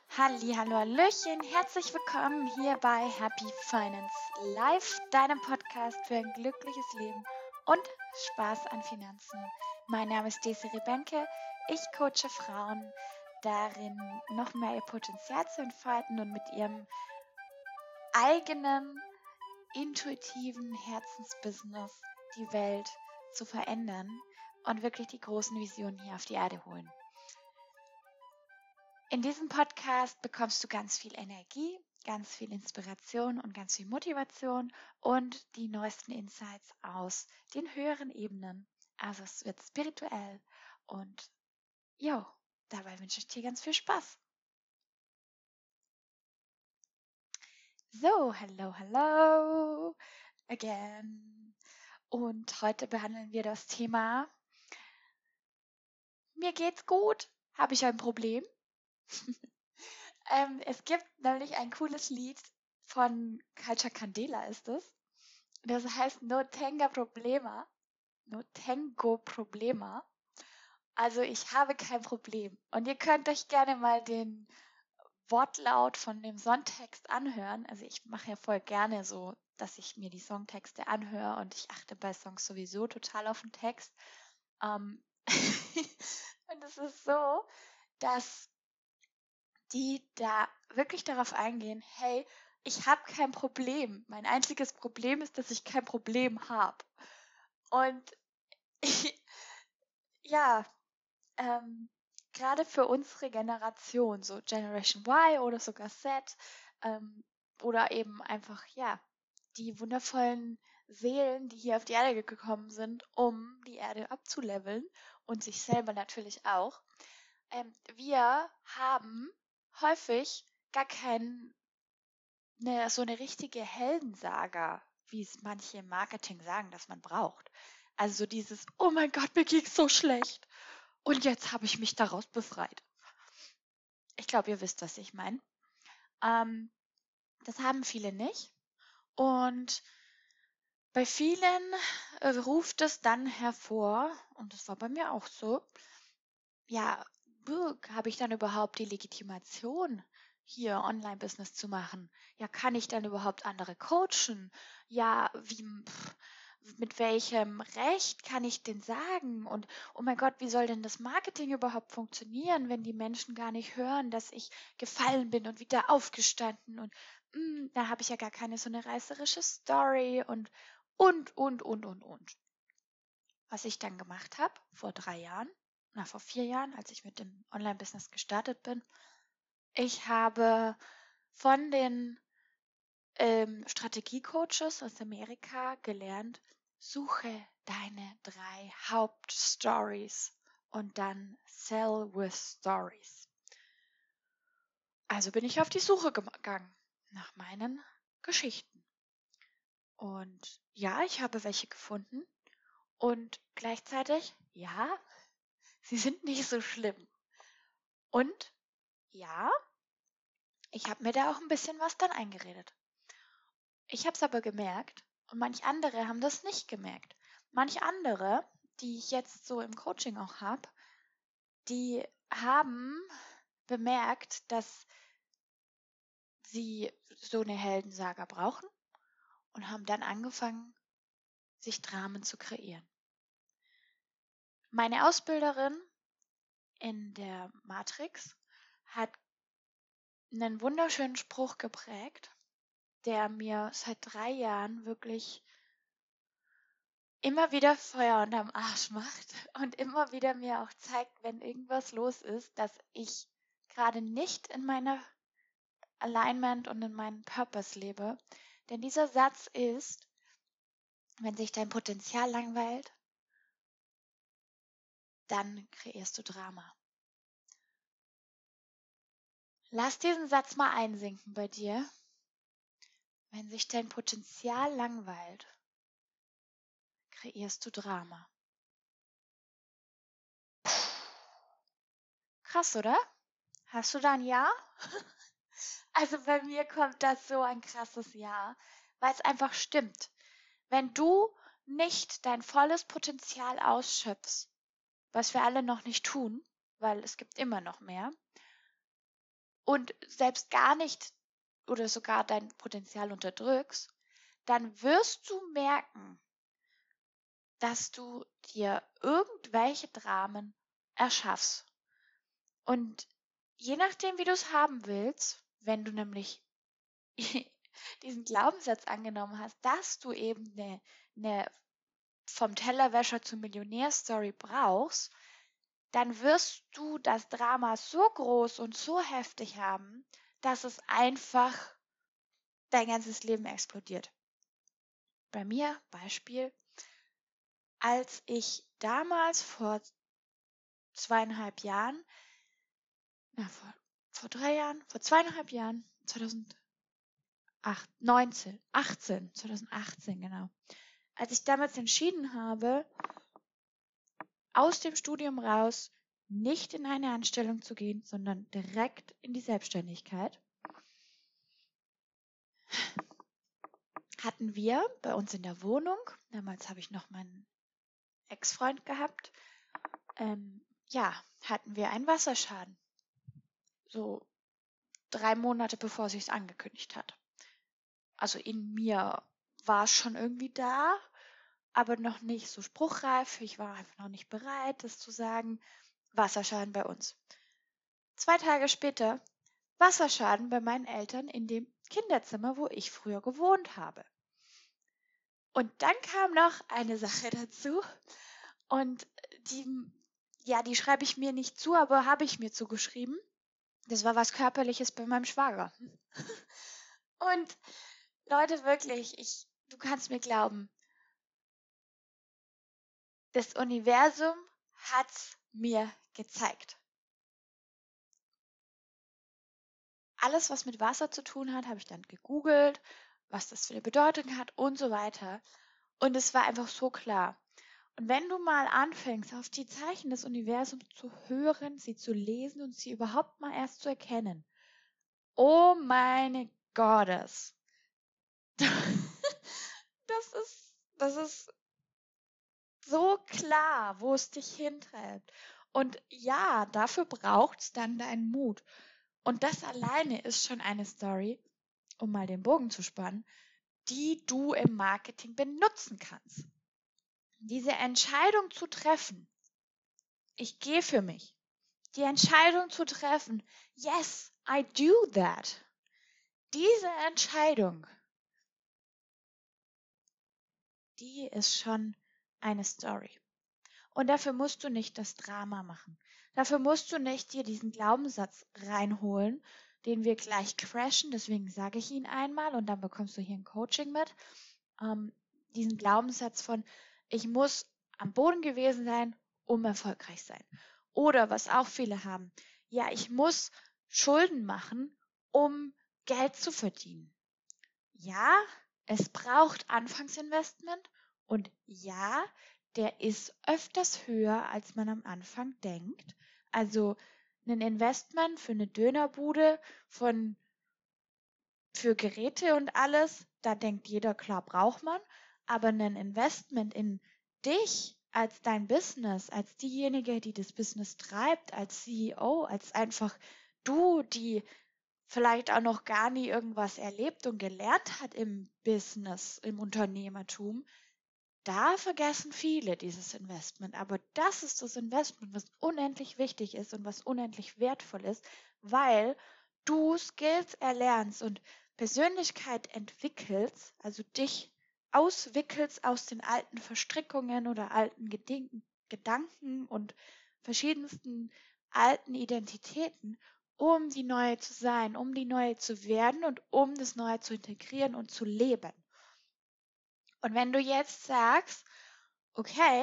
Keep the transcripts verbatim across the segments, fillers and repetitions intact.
Halli, hallo, hallöchen, herzlich willkommen hier bei Happy Finance Live, deinem Podcast für ein glückliches Leben und Spaß an Finanzen. Mein Name ist Desiree Benke, ich coache Frauen darin, noch mehr ihr Potenzial zu entfalten und mit ihrem eigenen, intuitiven Herzensbusiness die Welt zu verändern und wirklich die großen Visionen hier auf die Erde holen. In diesem Podcast bekommst du ganz viel Energie, ganz viel Inspiration und ganz viel Motivation und die neuesten Insights aus den höheren Ebenen. Also es wird spirituell und jo, dabei wünsche ich dir ganz viel Spaß. So, hello, hello again. Und heute behandeln wir das Thema: Mir geht's gut, habe ich ein Problem? Ähm, es gibt nämlich ein cooles Lied von Culture Candela ist es. Das heißt No Tenga Problema. No Tengo Problema. Also ich habe kein Problem. Und ihr könnt euch gerne mal den Wortlaut von dem Songtext anhören. Also ich mache ja voll gerne so, dass ich mir die Songtexte anhöre und ich achte bei Songs sowieso total auf den Text. Ähm und es ist so, dass die da wirklich darauf eingehen, hey, ich habe kein Problem. Mein einziges Problem ist, dass ich kein Problem habe. Und ich, ja, ähm, gerade für unsere Generation, so Generation Y oder sogar Z, ähm, oder eben einfach, ja, die wundervollen Seelen, die hier auf die Erde gekommen sind, um die Erde abzuleveln und sich selber natürlich auch. Ähm, wir haben häufig gar kein, ne, so eine richtige Heldensaga, wie es manche im Marketing sagen, dass man braucht. Also so dieses, oh mein Gott, mir ging's so schlecht und jetzt habe ich mich daraus befreit. Ich glaube, ihr wisst, was ich meine. Ähm, das haben viele nicht. Und bei vielen äh, ruft es dann hervor, und das war bei mir auch so, ja, habe ich dann überhaupt die Legitimation, hier Online-Business zu machen? Ja, kann ich dann überhaupt andere coachen? Ja, wie, pff, mit welchem Recht kann ich denn sagen? Und oh mein Gott, wie soll denn das Marketing überhaupt funktionieren, wenn die Menschen gar nicht hören, dass ich gefallen bin und wieder aufgestanden und mh, da habe ich ja gar keine so eine reißerische Story und und und und und und. Was ich dann gemacht habe vor drei Jahren, na vor vier Jahren, als ich mit dem Online-Business gestartet bin, ich habe von den ähm, Strategie-Coaches aus Amerika gelernt, suche deine drei Hauptstories und dann sell with stories. Also bin ich auf die Suche gegangen nach meinen Geschichten. Und ja, ich habe welche gefunden. Und gleichzeitig, ja, sie sind nicht so schlimm. Und ja, ich habe mir da auch ein bisschen was dann eingeredet. Ich habe es aber gemerkt und manch andere haben das nicht gemerkt. Manch andere, die ich jetzt so im Coaching auch habe, die haben bemerkt, dass sie so eine Heldensaga brauchen und haben dann angefangen, sich Dramen zu kreieren. Meine Ausbilderin in der Matrix hat einen wunderschönen Spruch geprägt, der mir seit drei Jahren wirklich immer wieder Feuer unterm Arsch macht und immer wieder mir auch zeigt, wenn irgendwas los ist, dass ich gerade nicht in meiner Alignment und in meinem Purpose lebe. Denn dieser Satz ist, wenn sich dein Potenzial langweilt, dann kreierst du Drama. Lass diesen Satz mal einsinken bei dir. Wenn sich dein Potenzial langweilt, kreierst du Drama. Krass, oder? Hast du da ein Ja? Also bei mir kommt das so ein krasses Ja, weil es einfach stimmt. Wenn du nicht dein volles Potenzial ausschöpfst, was wir alle noch nicht tun, weil es gibt immer noch mehr, und selbst gar nicht oder sogar dein Potenzial unterdrückst, dann wirst du merken, dass du dir irgendwelche Dramen erschaffst. Und je nachdem, wie du es haben willst, wenn du nämlich diesen Glaubenssatz angenommen hast, dass du eben eine, eine vom Tellerwäscher zum Millionär-Story brauchst, dann wirst du das Drama so groß und so heftig haben, dass es einfach dein ganzes Leben explodiert. Bei mir, Beispiel, als ich damals vor zweieinhalb Jahren, na, vor, vor drei Jahren, vor zweieinhalb Jahren, zweitausendacht, neunzehn, achtzehn, zweitausendachtzehn, genau, als ich damals entschieden habe, aus dem Studium raus nicht in eine Anstellung zu gehen, sondern direkt in die Selbstständigkeit, hatten wir bei uns in der Wohnung, damals habe ich noch meinen Ex-Freund gehabt, ähm, ja, hatten wir einen Wasserschaden. So drei Monate bevor sie es angekündigt hat. Also in mir war es schon irgendwie da, aber noch nicht so spruchreif. Ich war einfach noch nicht bereit, das zu sagen. Wasserschaden bei uns. Zwei Tage später Wasserschaden bei meinen Eltern in dem Kinderzimmer, wo ich früher gewohnt habe. Und dann kam noch eine Sache dazu und die, ja, die schreibe ich mir nicht zu, aber habe ich mir zugeschrieben. Das war was Körperliches bei meinem Schwager. Und Leute, wirklich, ich, du kannst mir glauben, das Universum hat's mir gezeigt. Alles, was mit Wasser zu tun hat, habe ich dann gegoogelt, was das für eine Bedeutung hat und so weiter. Und es war einfach so klar. Und wenn du mal anfängst, auf die Zeichen des Universums zu hören, sie zu lesen und sie überhaupt mal erst zu erkennen, oh meine Gottes, das ist, das ist so klar, wo es dich hintreibt. Und ja, dafür braucht es dann deinen Mut. Und das alleine ist schon eine Story, um mal den Bogen zu spannen, die du im Marketing benutzen kannst. Diese Entscheidung zu treffen, ich gehe für mich. Die Entscheidung zu treffen, yes, I do that. Diese Entscheidung, die ist schon eine Story. Und dafür musst du nicht das Drama machen. Dafür musst du nicht dir diesen Glaubenssatz reinholen, den wir gleich crashen. Deswegen sage ich ihn einmal und dann bekommst du hier ein Coaching mit. Ähm, diesen Glaubenssatz von, ich muss am Boden gewesen sein, um erfolgreich sein. Oder was auch viele haben, ja, ich muss Schulden machen, um Geld zu verdienen. Ja, es braucht Anfangsinvestment und ja, der ist öfters höher, als man am Anfang denkt. Also ein Investment für eine Dönerbude von für Geräte und alles, da denkt jeder, klar, braucht man, aber ein Investment in dich als dein Business, als diejenige, die das Business treibt, als C E O, als einfach du, die vielleicht auch noch gar nie irgendwas erlebt und gelernt hat im Business, im Unternehmertum, da vergessen viele dieses Investment. Aber das ist das Investment, was unendlich wichtig ist und was unendlich wertvoll ist, weil du Skills erlernst und Persönlichkeit entwickelst, also dich auswickelst aus den alten Verstrickungen oder alten Gedenken, Gedanken und verschiedensten alten Identitäten, um die neue zu sein, um die neue zu werden und um das Neue zu integrieren und zu leben. Und wenn du jetzt sagst, okay,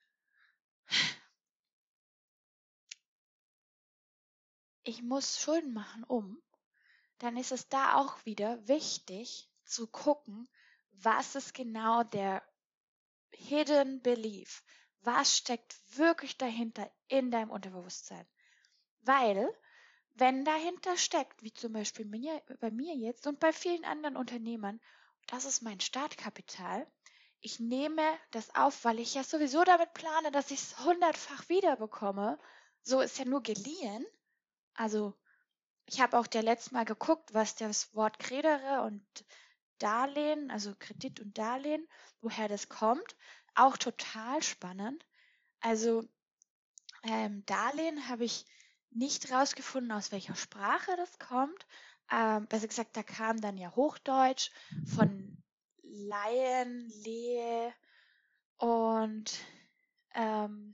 ich muss Schulden machen, um, dann ist es da auch wieder wichtig zu gucken, was ist genau der Hidden Belief? Was steckt wirklich dahinter in deinem Unterbewusstsein? Weil, wenn dahinter steckt, wie zum Beispiel mir, bei mir jetzt und bei vielen anderen Unternehmern, das ist mein Startkapital, ich nehme das auf, weil ich ja sowieso damit plane, dass ich es hundertfach wiederbekomme. So ist ja nur geliehen. Also ich habe auch der letzte Mal geguckt, was das Wort Credere und Darlehen, also Kredit und Darlehen, woher das kommt. Auch total spannend. Also ähm, Darlehen habe ich nicht rausgefunden, aus welcher Sprache das kommt. Ähm, besser gesagt, da kam dann ja Hochdeutsch von Laien, Lehe und ähm,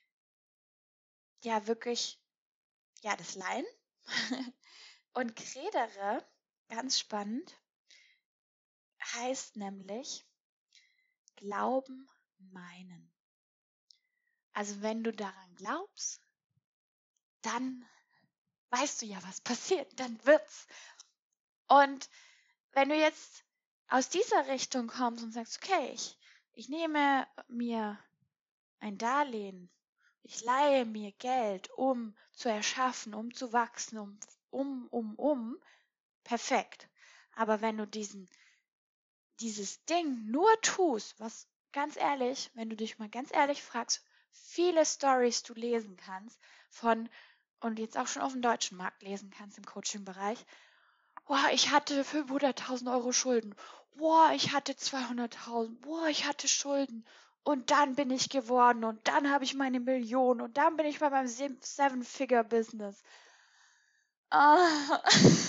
ja, wirklich, ja, das Laien. Und Credere, ganz spannend, heißt nämlich Glauben meinen. Also wenn du daran glaubst, dann weißt du ja, was passiert, dann wird's. Und wenn du jetzt aus dieser Richtung kommst und sagst, okay, ich, ich nehme mir ein Darlehen, ich leihe mir Geld, um zu erschaffen, um zu wachsen, um, um, um, um, perfekt. Aber wenn du diesen, dieses Ding nur tust, was ganz ehrlich, wenn du dich mal ganz ehrlich fragst, viele Stories du lesen kannst von, und jetzt auch schon auf dem deutschen Markt lesen kannst im Coaching-Bereich, boah, ich hatte fünfhunderttausend Euro Schulden. Boah, ich hatte zweihunderttausend. Boah, ich hatte Schulden. Und dann bin ich geworden und dann habe ich meine Million und dann bin ich bei meinem Seven-Figure-Business. Ah.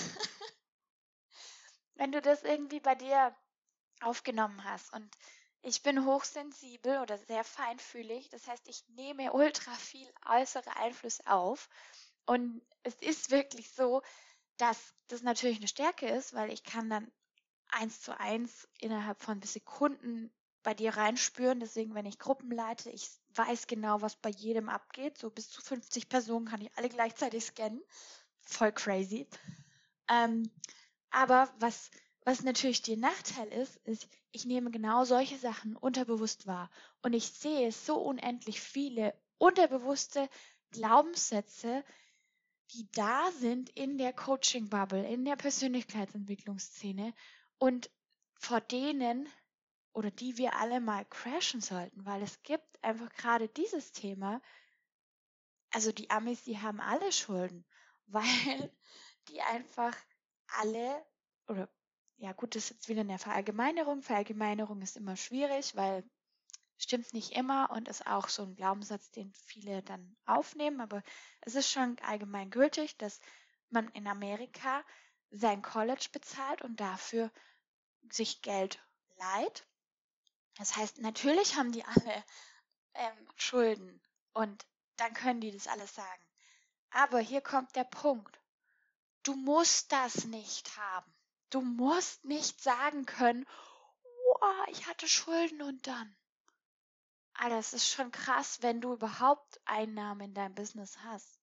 Wenn du das irgendwie bei dir aufgenommen hast und ich bin hochsensibel oder sehr feinfühlig, das heißt, ich nehme ultra viel äußere Einflüsse auf und es ist wirklich so, dass das natürlich eine Stärke ist, weil ich kann dann eins zu eins innerhalb von Sekunden bei dir reinspüren. Deswegen, wenn ich Gruppen leite, ich weiß genau, was bei jedem abgeht. So bis zu fünfzig Personen kann ich alle gleichzeitig scannen. Voll crazy. Ähm, aber was, was natürlich der Nachteil ist, ist, ich nehme genau solche Sachen unterbewusst wahr. Und ich sehe so unendlich viele unterbewusste Glaubenssätze, die da sind in der Coaching-Bubble, in der Persönlichkeitsentwicklungsszene und vor denen oder die wir alle mal crashen sollten, weil es gibt einfach gerade dieses Thema, also die Amis, die haben alle Schulden, weil die einfach alle, oder ja gut, das ist jetzt wieder eine Verallgemeinerung. Verallgemeinerung ist immer schwierig, weil stimmt nicht immer und ist auch so ein Glaubenssatz, den viele dann aufnehmen, aber es ist schon allgemein gültig, dass man in Amerika sein College bezahlt und dafür sich Geld leiht. Das heißt, natürlich haben die alle ähm, Schulden und dann können die das alles sagen. Aber hier kommt der Punkt. Du musst das nicht haben. Du musst nicht sagen können, oh, ich hatte Schulden und dann. Alter, es ist schon krass, wenn du überhaupt Einnahmen in deinem Business hast.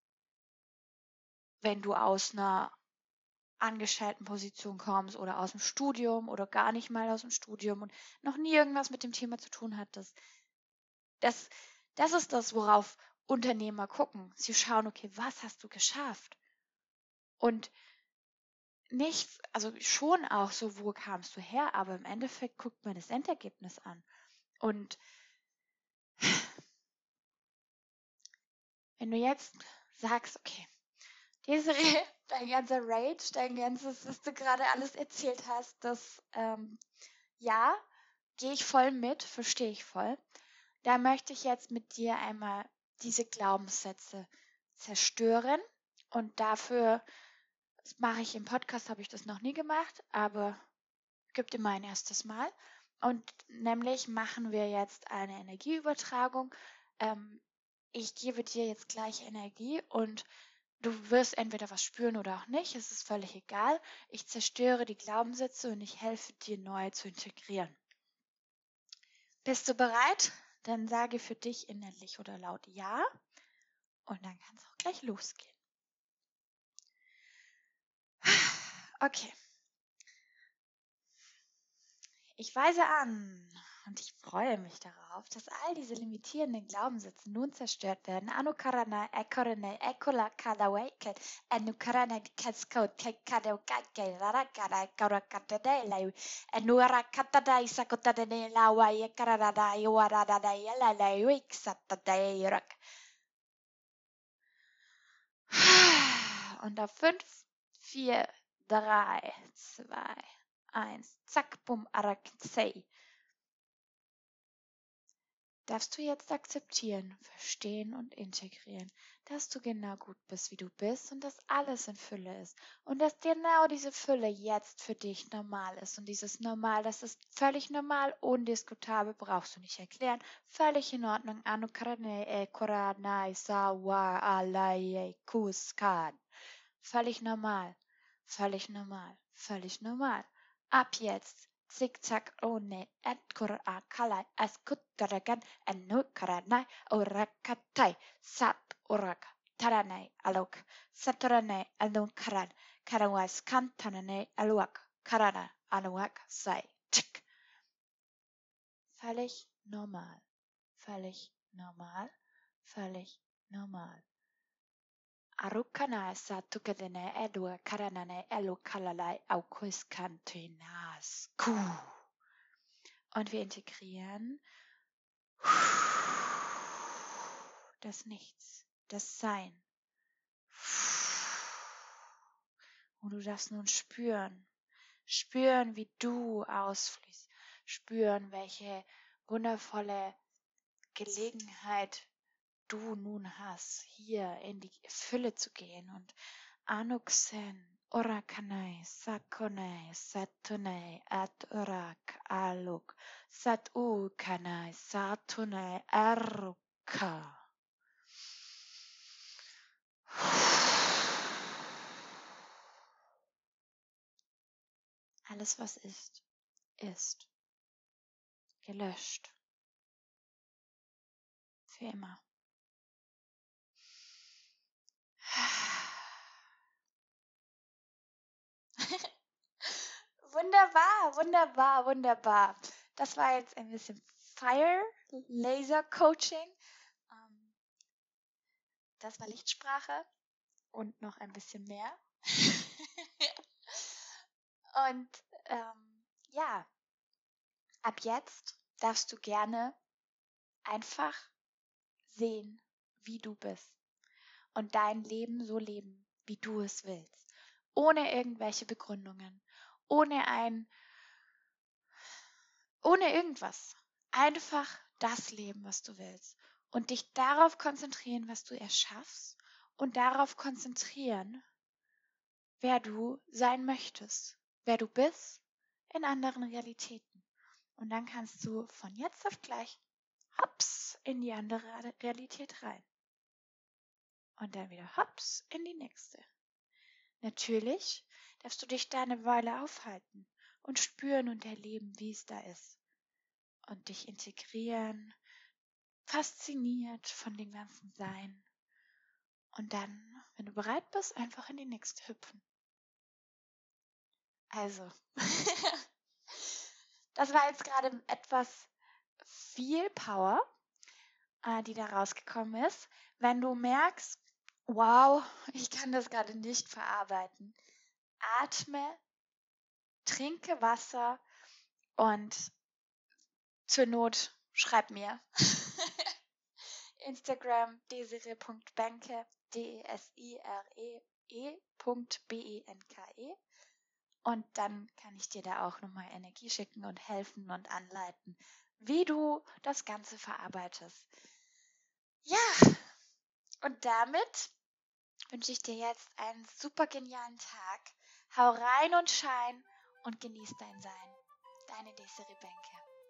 Wenn du aus einer Angestelltenposition kommst oder aus dem Studium oder gar nicht mal aus dem Studium und noch nie irgendwas mit dem Thema zu tun hattest. Das, das ist das, worauf Unternehmer gucken. Sie schauen, okay, was hast du geschafft? Und nicht, also schon auch so, wo kamst du her, aber im Endeffekt guckt man das Endergebnis an. Und wenn du jetzt sagst, okay, Desiree, dein ganzer Rage, dein ganzes, was du gerade alles erzählt hast, das, ähm, ja, gehe ich voll mit, verstehe ich voll. Da möchte ich jetzt mit dir einmal diese Glaubenssätze zerstören und dafür, das mache ich im Podcast, habe ich das noch nie gemacht, aber gibt immer ein erstes Mal. Und nämlich machen wir jetzt eine Energieübertragung. Ähm, ich gebe dir jetzt gleich Energie und du wirst entweder was spüren oder auch nicht. Es ist völlig egal. Ich zerstöre die Glaubenssätze und ich helfe dir neu zu integrieren. Bist du bereit? Dann sage für dich innerlich oder laut Ja und dann kann es auch gleich losgehen. Okay. Ich weise an und ich freue mich darauf, dass all diese limitierenden Glaubenssätze nun zerstört werden. Anukarana, ekorene, ekola, kadaweke, anukarana, kasko, kekado, kake, rarakara, karakatadela, anuara katada, isakotadene, lawa, yekarada, yuarada, yelala, yuiksatadeirak. Und auf fünf vier, drei, zwei, eins. Zack, bum, arak, darfst du jetzt akzeptieren, verstehen und integrieren, dass du genau gut bist, wie du bist und dass alles in Fülle ist und dass genau diese Fülle jetzt für dich normal ist und dieses Normal, das ist völlig normal, undiskutabel, brauchst du nicht erklären, völlig in Ordnung. Anu karane e koranai sawa alai kuskan. Völlig normal, völlig normal, völlig normal. Ab jetzt Zickzack ohne Edkura Kalai Askuttaragan Anukaranai Urakatai Sat Urak Taranai Alok Sataranai Anukaran Karawas Kantananai Aluak Karana Anuak Sai Tick. Völlig normal, völlig normal, völlig normal. Arukana satukadene edua karanane elu kalalai aukuskantinas. Und wir integrieren das Nichts, das Sein. Und du darfst nun spüren, spüren, wie du ausfließt, spüren, welche wundervolle Gelegenheit du nun hast, hier in die Fülle zu gehen und Anuksen, Orakanai, Sakonai, Satunai, At Urak, Aluk, Sat Ukanai, Satunai, Aruka. Alles, was ist, ist gelöscht. Für immer. Wunderbar, wunderbar, wunderbar. Das war jetzt ein bisschen Fire Laser Coaching. Ähm, das war Lichtsprache und noch ein bisschen mehr. Und ähm, ja, ab jetzt darfst du gerne einfach sehen, wie du bist und dein Leben so leben, wie du es willst, ohne irgendwelche Begründungen, ohne ein, ohne irgendwas. Einfach das leben, was du willst und dich darauf konzentrieren, was du erschaffst und darauf konzentrieren, wer du sein möchtest, wer du bist in anderen Realitäten. Und dann kannst du von jetzt auf gleich hops in die andere Realität rein. Und dann wieder hops in die nächste. Natürlich darfst du dich da eine Weile aufhalten und spüren und erleben, wie es da ist. Und dich integrieren, fasziniert von dem ganzen Sein. Und dann, wenn du bereit bist, einfach in die nächste hüpfen. Also, das war jetzt gerade etwas viel Power, äh, die da rausgekommen ist. Wenn du merkst, wow, ich kann das gerade nicht verarbeiten, atme, trinke Wasser und zur Not schreib mir. Instagram desire punkt benke, D E S I R E E B E N K E. Und dann kann ich dir da auch nochmal Energie schicken und helfen und anleiten, wie du das Ganze verarbeitest. Ja, und damit wünsche ich dir jetzt einen super genialen Tag. Hau rein und schein und genieß dein Sein. Deine Desiree Benke.